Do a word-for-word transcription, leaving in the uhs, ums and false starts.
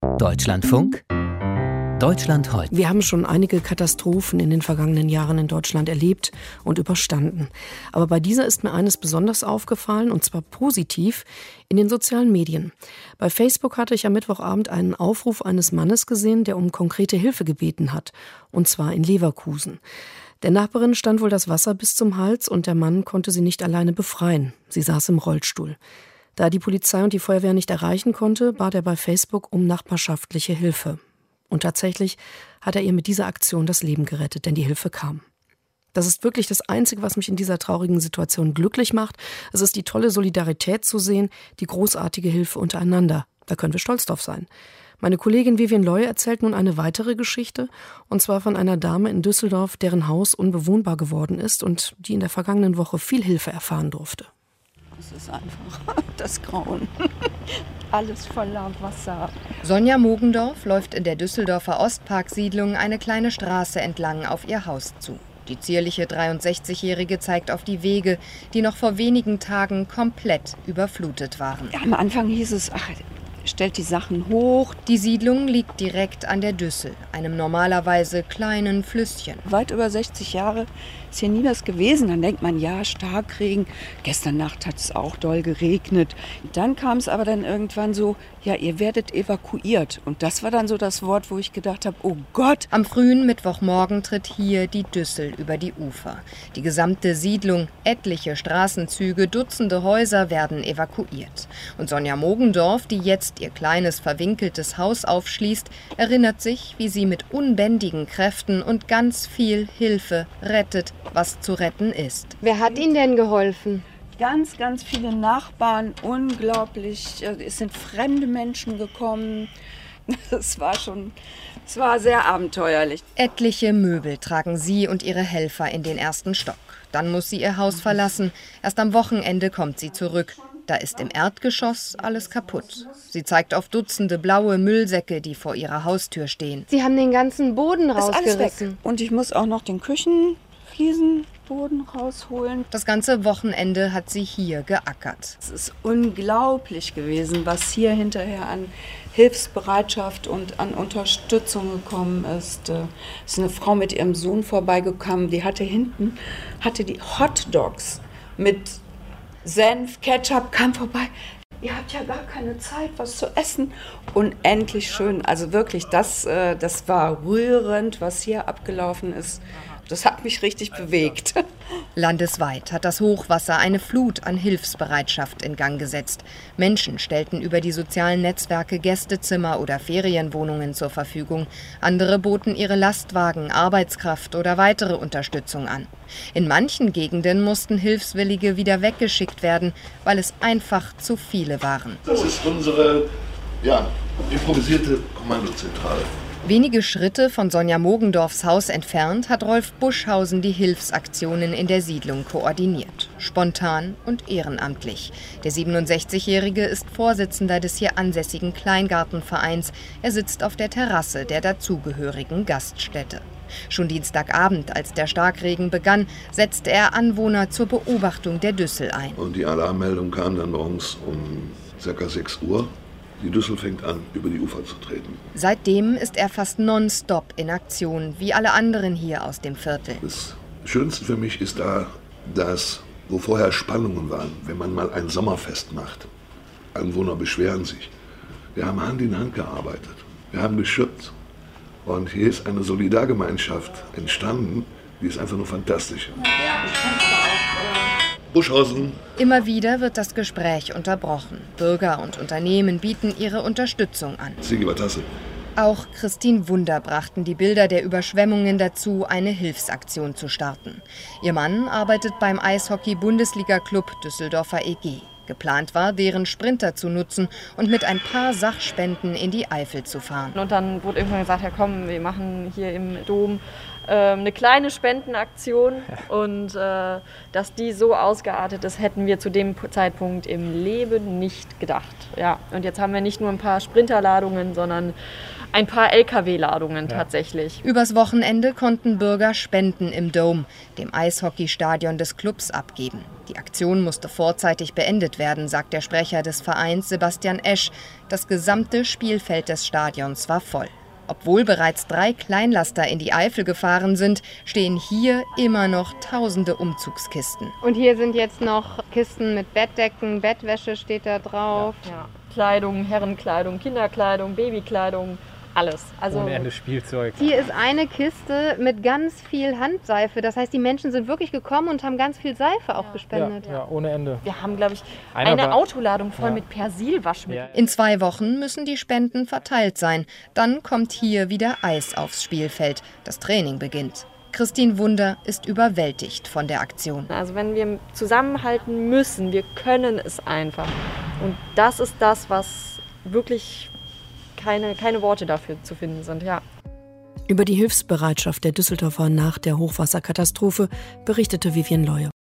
Deutschlandfunk Deutschland heute. Wir haben schon einige Katastrophen in den vergangenen Jahren in Deutschland erlebt und überstanden. Aber bei dieser ist mir eines besonders aufgefallen, und zwar positiv, in den sozialen Medien. Bei Facebook hatte ich am Mittwochabend einen Aufruf eines Mannes gesehen, der um konkrete Hilfe gebeten hat, und zwar in Leverkusen. Der Nachbarin stand wohl das Wasser bis zum Hals und der Mann konnte sie nicht alleine befreien. Sie saß im Rollstuhl. Da er die Polizei und die Feuerwehr nicht erreichen konnte, bat er bei Facebook um nachbarschaftliche Hilfe. Und tatsächlich hat er ihr mit dieser Aktion das Leben gerettet, denn die Hilfe kam. Das ist wirklich das Einzige, was mich in dieser traurigen Situation glücklich macht. Es ist die tolle Solidarität zu sehen, die großartige Hilfe untereinander. Da können wir stolz drauf sein. Meine Kollegin Vivian Loy erzählt nun eine weitere Geschichte, und zwar von einer Dame in Düsseldorf, deren Haus unbewohnbar geworden ist und die in der vergangenen Woche viel Hilfe erfahren durfte. Es ist einfach das Grauen. Alles voller Wasser. Sonja Mogendorf läuft in der Düsseldorfer Ostpark-Siedlung eine kleine Straße entlang auf ihr Haus zu. Die zierliche dreiundsechzigjährige zeigt auf die Wege, die noch vor wenigen Tagen komplett überflutet waren. Ja, am Anfang hieß es, ach, stellt die Sachen hoch. Die Siedlung liegt direkt an der Düssel, einem normalerweise kleinen Flüsschen. Weit über sechzig Jahre ist hier nie was gewesen. Dann denkt man, ja, Starkregen. Gestern Nacht hat es auch doll geregnet. Dann kam es aber dann irgendwann so, ja, ihr werdet evakuiert. Und das war dann so das Wort, wo ich gedacht habe, oh Gott. Am frühen Mittwochmorgen tritt hier die Düssel über die Ufer. Die gesamte Siedlung, etliche Straßenzüge, Dutzende Häuser werden evakuiert. Und Sonja Mogendorf, die jetzt ihr kleines, verwinkeltes Haus aufschließt, erinnert sich, wie sie mit unbändigen Kräften und ganz viel Hilfe rettet, was zu retten ist. Wer hat Ihnen denn geholfen? Ganz, ganz viele Nachbarn, unglaublich. Es sind fremde Menschen gekommen. Es war schon, es war sehr abenteuerlich. Etliche Möbel tragen sie und ihre Helfer in den ersten Stock. Dann muss sie ihr Haus verlassen. Erst am Wochenende kommt sie zurück. Da ist im Erdgeschoss alles kaputt. Sie zeigt auf Dutzende blaue Müllsäcke, die vor ihrer Haustür stehen. Sie haben den ganzen Boden Ist alles rausgerissen. weg. Und ich muss auch noch den Küchenfliesenboden rausholen. Das ganze Wochenende hat sie hier geackert. Es ist unglaublich gewesen, was hier hinterher an Hilfsbereitschaft und an Unterstützung gekommen ist. Es ist eine Frau mit ihrem Sohn vorbeigekommen, die hatte hinten hatte die Hot Dogs mit Senf, Ketchup, kam vorbei. Ihr habt ja gar keine Zeit, was zu essen. Unendlich schön. Also wirklich, das, äh, das war rührend, was hier abgelaufen ist. Das hat mich richtig bewegt. Landesweit hat das Hochwasser eine Flut an Hilfsbereitschaft in Gang gesetzt. Menschen stellten über die sozialen Netzwerke Gästezimmer oder Ferienwohnungen zur Verfügung. Andere boten ihre Lastwagen, Arbeitskraft oder weitere Unterstützung an. In manchen Gegenden mussten Hilfswillige wieder weggeschickt werden, weil es einfach zu viele waren. Das ist unsere ja, improvisierte Kommandozentrale. Wenige Schritte von Sonja Mogendorfs Haus entfernt hat Rolf Buschhausen die Hilfsaktionen in der Siedlung koordiniert. Spontan und ehrenamtlich. Der siebenundsechzigjährige ist Vorsitzender des hier ansässigen Kleingartenvereins. Er sitzt auf der Terrasse der dazugehörigen Gaststätte. Schon Dienstagabend, als der Starkregen begann, setzte er Anwohner zur Beobachtung der Düssel ein. Und die Alarmmeldung kam dann morgens um ca. sechs Uhr. Die Düssel fängt an, über die Ufer zu treten. Seitdem ist er fast nonstop in Aktion, wie alle anderen hier aus dem Viertel. Das Schönste für mich ist da, dass, wo vorher Spannungen waren, wenn man mal ein Sommerfest macht. Anwohner beschweren sich. Wir haben Hand in Hand gearbeitet. Wir haben geschützt. Und hier ist eine Solidargemeinschaft entstanden, die ist einfach nur fantastisch. Buschhausen. Immer wieder wird das Gespräch unterbrochen. Bürger und Unternehmen bieten ihre Unterstützung an. Sigi, was hast du? Auch Christine Wunder brachten die Bilder der Überschwemmungen dazu, eine Hilfsaktion zu starten. Ihr Mann arbeitet beim Eishockey-Bundesliga-Club Düsseldorfer E G. Geplant war, deren Sprinter zu nutzen und mit ein paar Sachspenden in die Eifel zu fahren. Und dann wurde irgendwann gesagt, ja komm, wir machen hier im Dom ähm, eine kleine Spendenaktion und äh, dass die so ausgeartet ist, hätten wir zu dem Zeitpunkt im Leben nicht gedacht. Ja, und jetzt haben wir nicht nur ein paar Sprinterladungen, sondern ein paar L K W-Ladungen ja. tatsächlich. Übers Wochenende konnten Bürger Spenden im Dome, dem Eishockeystadion des Clubs, abgeben. Die Aktion musste vorzeitig beendet werden, sagt der Sprecher des Vereins Sebastian Esch. Das gesamte Spielfeld des Stadions war voll. Obwohl bereits drei Kleinlaster in die Eifel gefahren sind, stehen hier immer noch tausende Umzugskisten. Und hier sind jetzt noch Kisten mit Bettdecken, Bettwäsche steht da drauf. Ja, ja. Kleidung, Herrenkleidung, Kinderkleidung, Babykleidung. Alles. Also ohne Ende Spielzeug. Hier ist eine Kiste mit ganz viel Handseife. Das heißt, die Menschen sind wirklich gekommen und haben ganz viel Seife auch ja. gespendet. Ja, ja, ohne Ende. Wir haben, glaube ich, Einer eine war, Autoladung voll ja. mit Persilwaschmittel. In zwei Wochen müssen die Spenden verteilt sein. Dann kommt hier wieder Eis aufs Spielfeld. Das Training beginnt. Christine Wunder ist überwältigt von der Aktion. Also wenn wir zusammenhalten müssen, wir können es einfach. Und das ist das, was wirklich Keine, keine Worte dafür zu finden sind, ja. Über die Hilfsbereitschaft der Düsseldorfer nach der Hochwasserkatastrophe berichtete Vivian Leue.